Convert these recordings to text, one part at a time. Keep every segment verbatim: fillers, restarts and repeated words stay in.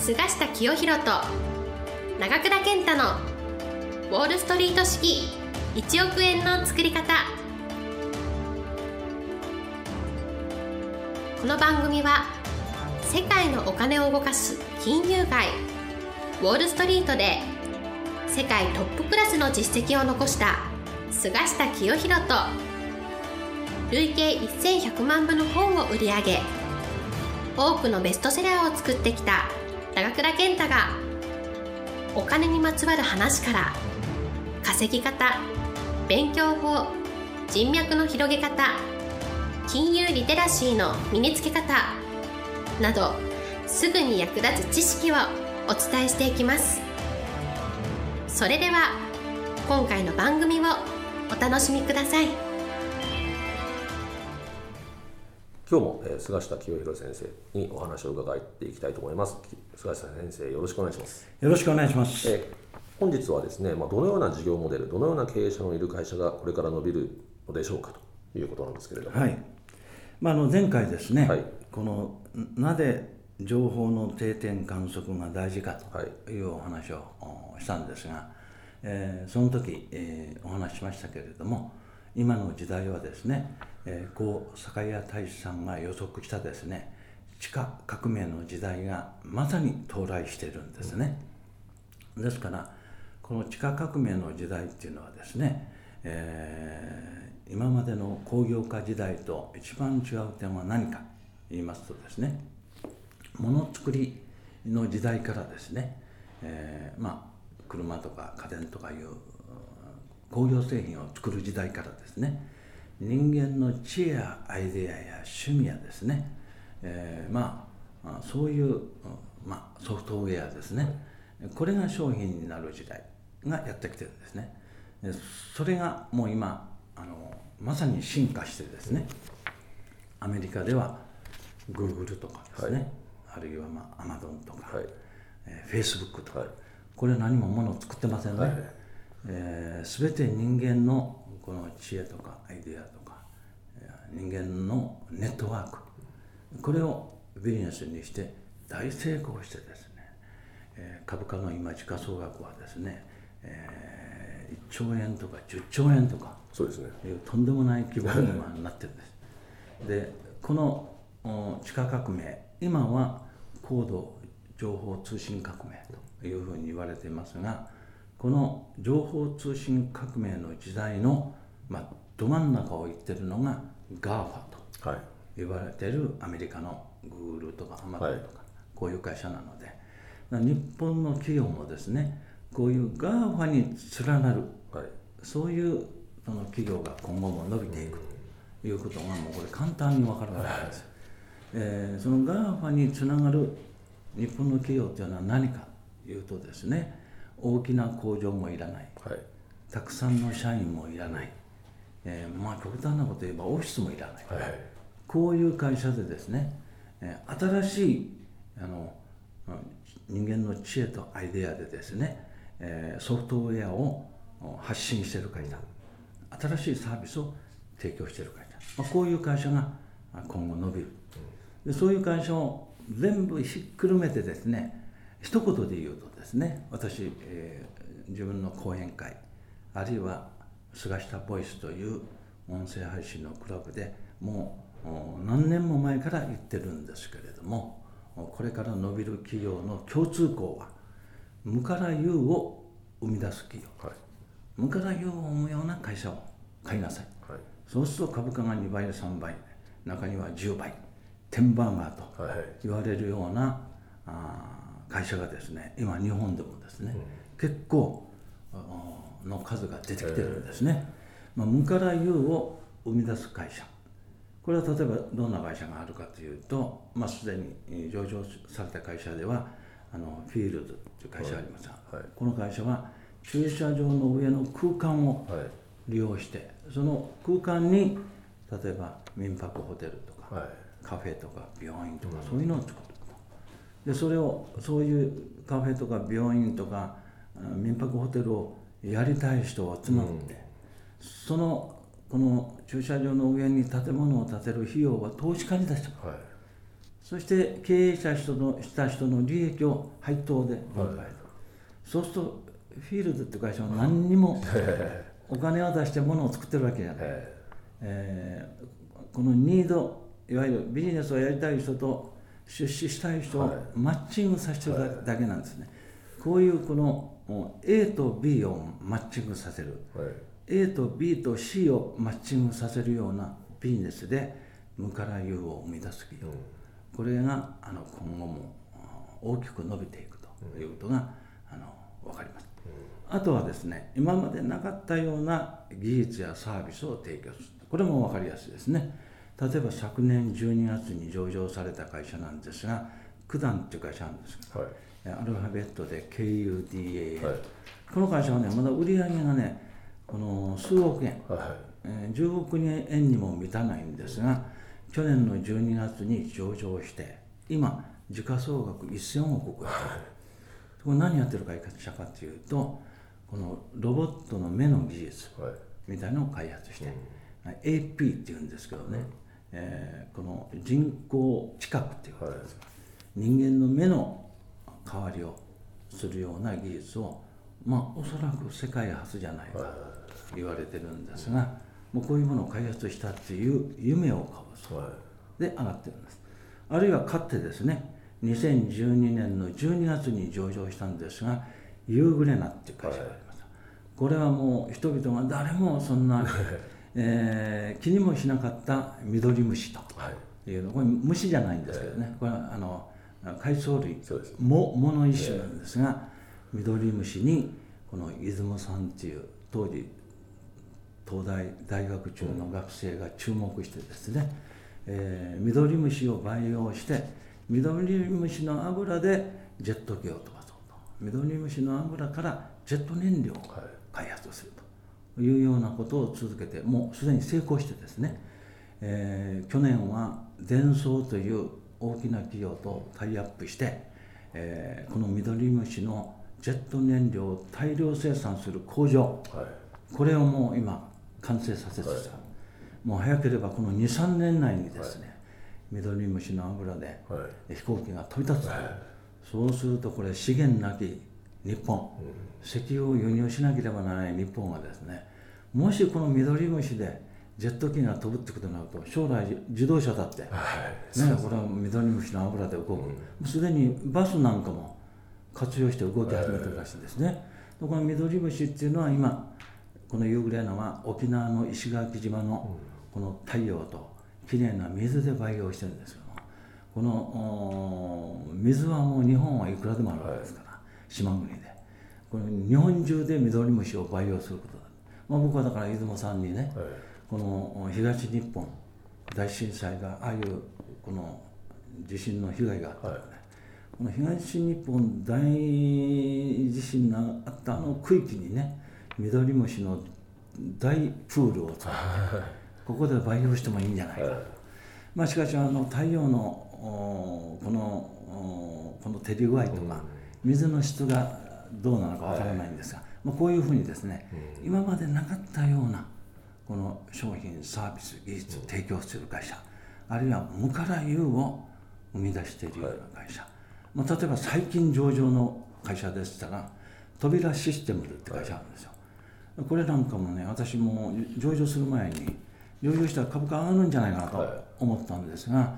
菅下清弘と長倉健太のウォールストリート式いちおく円の作り方。この番組は世界のお金を動かす金融街ウォールストリートで世界トップクラスの実績を残した菅下清弘と累計せんひゃくまんぶの本を売り上げ多くのベストセラーを作ってきた長倉健太がお金にまつわる話から稼ぎ方、勉強法、人脈の広げ方、金融リテラシーの身につけ方などすぐに役立つ知識をお伝えしていきます。それでは今回の番組をお楽しみください。 今日も、えー、菅下清弘先生にお話を伺っていきたいと思います。菅下先生、よろしくお願いします。 よろしくお願いします。 えー、本日はですね、まあ、どのような事業モデル、どのような経営者のいる会社がこれから伸びるのでしょうかということなんですけれども、 はい、まあ、あの前回ですね、 はい、 このなぜ情報の定点観測が大事かというお話をしたんですが、えー、その時、えー、お話ししましたけれども、今の時代はですね、えー、故酒屋大使さんが予測したですね、地下革命の時代がまさに到来しているんですね。ですからこの地下革命の時代っていうのはですね、えー、今までの工業化時代と一番違う点は何か言いますとですね、ものづくりの時代からですね、えー、まあ車とか家電とかいう工業製品を作る時代からですね、人間の知恵やアイデアや趣味やですね、えー、まあそういう、まあ、ソフトウェアですね、これが商品になる時代がやってきてるんですね。それがもう今あのまさに進化してですね、アメリカでは Google とかですね、はい、あるいは、まあ、Amazon とか、はい、えー、Facebook とか、はい、これは何もものを作ってませんね。はい、えー、全て人間のこの知恵とかアイデアとか人間のネットワーク、これをビジネスにして大成功してですね、えー、株価の今時価総額はですね、えー、いっちょうえんとかじゅっちょうえんとか、 そうですね、 いうとんでもない規模に今なってるんですで、この地下革命、今は高度情報通信革命というふうに言われていますが、この情報通信革命の時代の、まあ、ど真ん中を行っているのが ガーファ と言われているアメリカの Google とか Amazon とか、はい、こういう会社なので、日本の企業もですね、こういう ガーファ に連なる、はい、そういうその企業が今後も伸びていくということがもうこれ簡単に分かるわけです。はい、えー、その ガーファ につながる日本の企業というのは何かというとですね、大きな工場もいらない、はい、たくさんの社員もいらない、えー、まあ極端なこと言えばオフィスもいらない、はい、こういう会社でですね、えー、新しいあの人間の知恵とアイデアでですね、えー、ソフトウェアを発信している会社、新しいサービスを提供している会社、まあ、こういう会社が今後伸びる。でそういう会社を全部ひっくるめてですね、一言で言うとですね、私、えー、自分の講演会、あるいは菅下ボイスという音声配信のクラブでもう何年も前から言ってるんですけれども、これから伸びる企業の共通項は無から有を生み出す企業、はい、無から有を生むような会社を買いなさい、はい、そうすると株価がにばいさんばい、中にはじゅうばい、テンバーガーと言われるような、はい、あ会社がですね、今日本でもですね、うん、結構の数が出てきてるんですね。まあ、無から有を生み出す会社、これは例えばどんな会社があるかというと、まあ、すでに上場された会社ではあのフィールドという会社がありますが、はいはい、この会社は駐車場の上の空間を利用して、はい、その空間に例えば民泊ホテルとか、はい、カフェとか病院とか、うん、そういうのを作る。でそれをそういうカフェとか病院とか民泊ホテルをやりたい人を集まって、うん、そのこの駐車場の上に建物を建てる費用は投資家に出してもらう、はい、 そして経営者人のした人の利益を配当で分配する、はい、そうするとフィールドって会社は何にもお金を出して物を作ってるわけじゃない、えー、このニード、いわゆるビジネスをやりたい人と出資したい人をマッチングさせてるだけなんですね、はい、こういうこの A と B をマッチングさせる、はい、A と B と C をマッチングさせるようなビジネスで無から有を生み出す企業、うん、これがあの今後も大きく伸びていくということが、うん、あの分かります、うん、あとはですね、今までなかったような技術やサービスを提供する、これも分かりやすいですね。例えば昨年じゅうにがつに上場された会社なんですが、九段っていう会社なんですけど、はい、アルファベットで ケーユーディーエー、はい、この会社はね、まだ売り上げがね、この数億円、はい、えー、じゅうおくえんにも満たないんですが、去年のじゅうにがつに上場して、今、時価総額せんおくを超えた、はい、これ何やってる会社かというと、このロボットの目の技術みたいなのを開発して、はい、エーピー っていうんですけどね、うん、えー、この人工知覚っていうことですが、はい、人間の目の代わりをするような技術を、まあおそらく世界初じゃないかと言われてるんですが、もうこういうものを開発したっていう夢を買うそうで上がってるんです。あるいはかつてですね、にせんじゅうにねんのじゅうにがつに上場したんですが、ユーグレナっていう会社があります、はい、これはもう人々が誰もそんなえー、気にもしなかったミドリムシというの、はい、これ虫じゃないんですけどね、これはあの海藻類ももの一種なんですが、ミドリムシにこの出雲さんっていう当時東大大学中の学生が注目してですね、えー、ミドリムシを培養してミドリムシの油でジェット機を飛ばそうと、ミドリムシの油からジェット燃料を開発するというようなことを続けて、もうすでに成功してですね、えー、去年はデンソーという大きな企業とタイアップして、えー、このミドリムシのジェット燃料を大量生産する工場、はい、これをもう今完成させてた、はい、もう早ければこのにさんねん内にですね、はい、ミドリムシの油で飛行機が飛び立つ、はい、そうするとこれ資源なき日本、うん、石油を輸入しなければならない日本がですね、もしこのミドリムシでジェット機が飛ぶってことになると、将来自動車だって、はいね、これはミドリムシの油で動く、うん、すでにバスなんかも活用して動き始めてるらしいんですね、はい、このミドリムシっていうのは今このユーグレナは沖縄の石垣島のこの太陽ときれいな水で培養してるんですけども、この水はもう日本はいくらでもあるわけですから、はい、島国でこの日本中でミドリムシを培養することだ、まあ、僕はだから出雲さんにね、はい、この東日本大震災がああいうこの地震の被害があったので、はい、この東日本大地震があったあの区域にね、ミドリムシの大プールを作ってここで培養してもいいんじゃないか、はい、まあ、しかしあの太陽のこのこの照り具合とか水の質がどうなのかわからないんですが、はい、まあ、こういうふうにですね、うん、今までなかったようなこの商品サービス技術を提供する会社、うん、あるいは無から有を生み出しているような会社、はい、まあ、例えば最近上場の会社でしたら扉システムズって会社あるんですよ、はい、これなんかもね、私も上場する前に上場したら株価上がるんじゃないかなと思ったんですが、はい、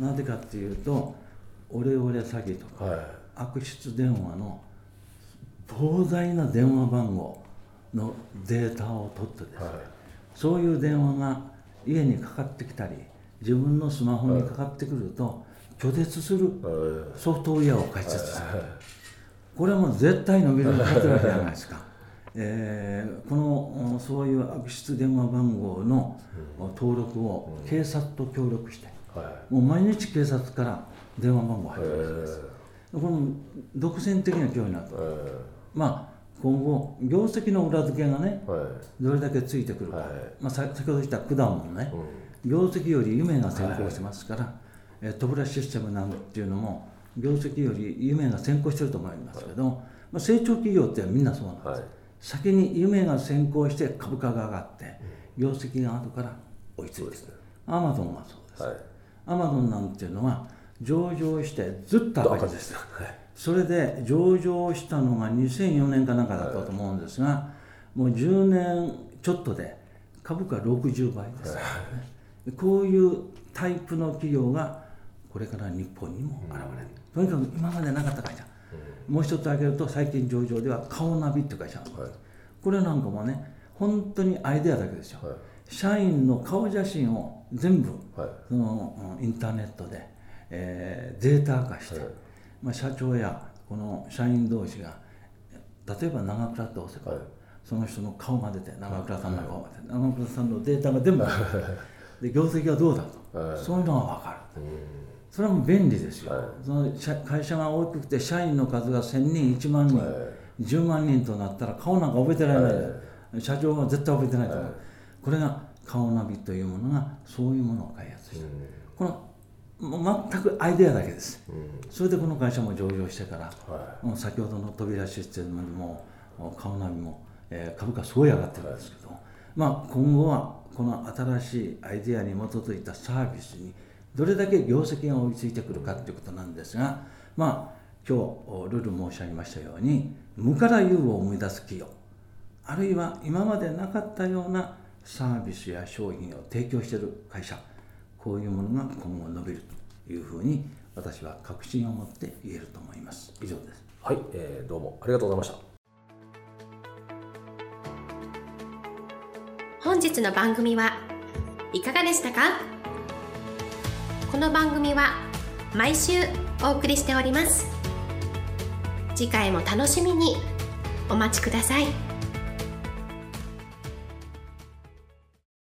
なぜかっていうとオレオレ詐欺とか、はい、悪質電話の膨大な電話番号のデータを取ってですね、はい、そういう電話が家にかかってきたり自分のスマホにかかってくると拒絶するソフトウェアを開設する、はいはい、これはもう絶対伸びるはずじゃないですかえー、このそういう悪質電話番号の登録を警察と協力して、うんはい、もう毎日警察から電話番号入ってるんです、えー、この独占的な脅威になると、えー、まあ今後業績の裏付けがね、はい、どれだけついてくるか、はい、まあ、先ほど言った九段もね、うん、業績より夢が先行してますから、はい、えー、トブラシステムなんていうのも業績より夢が先行してると思いますけど、はい、まあ、成長企業ってみんなそうなんです、はい、先に夢が先行して株価が上がって、業績が後から追いついてくる。アマゾンはそうです。アマゾンなんていうのは上場してずっと赤字です。 はい、 それで上場したのがにせんよねんかなんかだったと思うんですが、はい、もうじゅうねんちょっとで株価ろくじゅうばいです、はい、こういうタイプの企業がこれから日本にも現れる、うん、とにかく今までなかった会社、うん、もう一つ挙げると最近上場ではカオナビっていう会社、はい、これなんかもね本当にアイデアだけですよ、はい、社員の顔写真を全部、はい、そのインターネットで、えー、データ化して、はい、まあ、社長やこの社員同士が例えば長倉って押せば、はい、その人の顔が出て長倉さんの顔が出て、はい、長倉さんのデータが全部で業績がどうだと、はい、そういうのが分かる、うん、それはもう便利ですよ、はい、その会社が大きくて社員の数がせんにんいちまんにん、はい、じゅうまんにんとなったら顔なんか覚えてられないで、はい、社長は絶対覚えてないと思う、はい、これが顔ナビというものがそういうものを開発した、うん、この全くアイデアだけです、うん、それでこの会社も上場してから、はい、もう先ほどの扉システムでも顔ナビも、えー、株価すごい上がってるんですけど、はい、まあ、今後はこの新しいアイデアに基づいたサービスにどれだけ業績が追いついてくるかということなんですが、まあ、今日ルール申し上げましたように無から有を生み出す企業、あるいは今までなかったようなサービスや商品を提供している会社、こういうものが今後伸びるというふうに私は確信を持って言えると思います。以上です。 はい、えー、どうもありがとうございました。 本日の番組はいかがでしたか？この番組は毎週お送りしております。次回も楽しみにお待ちください。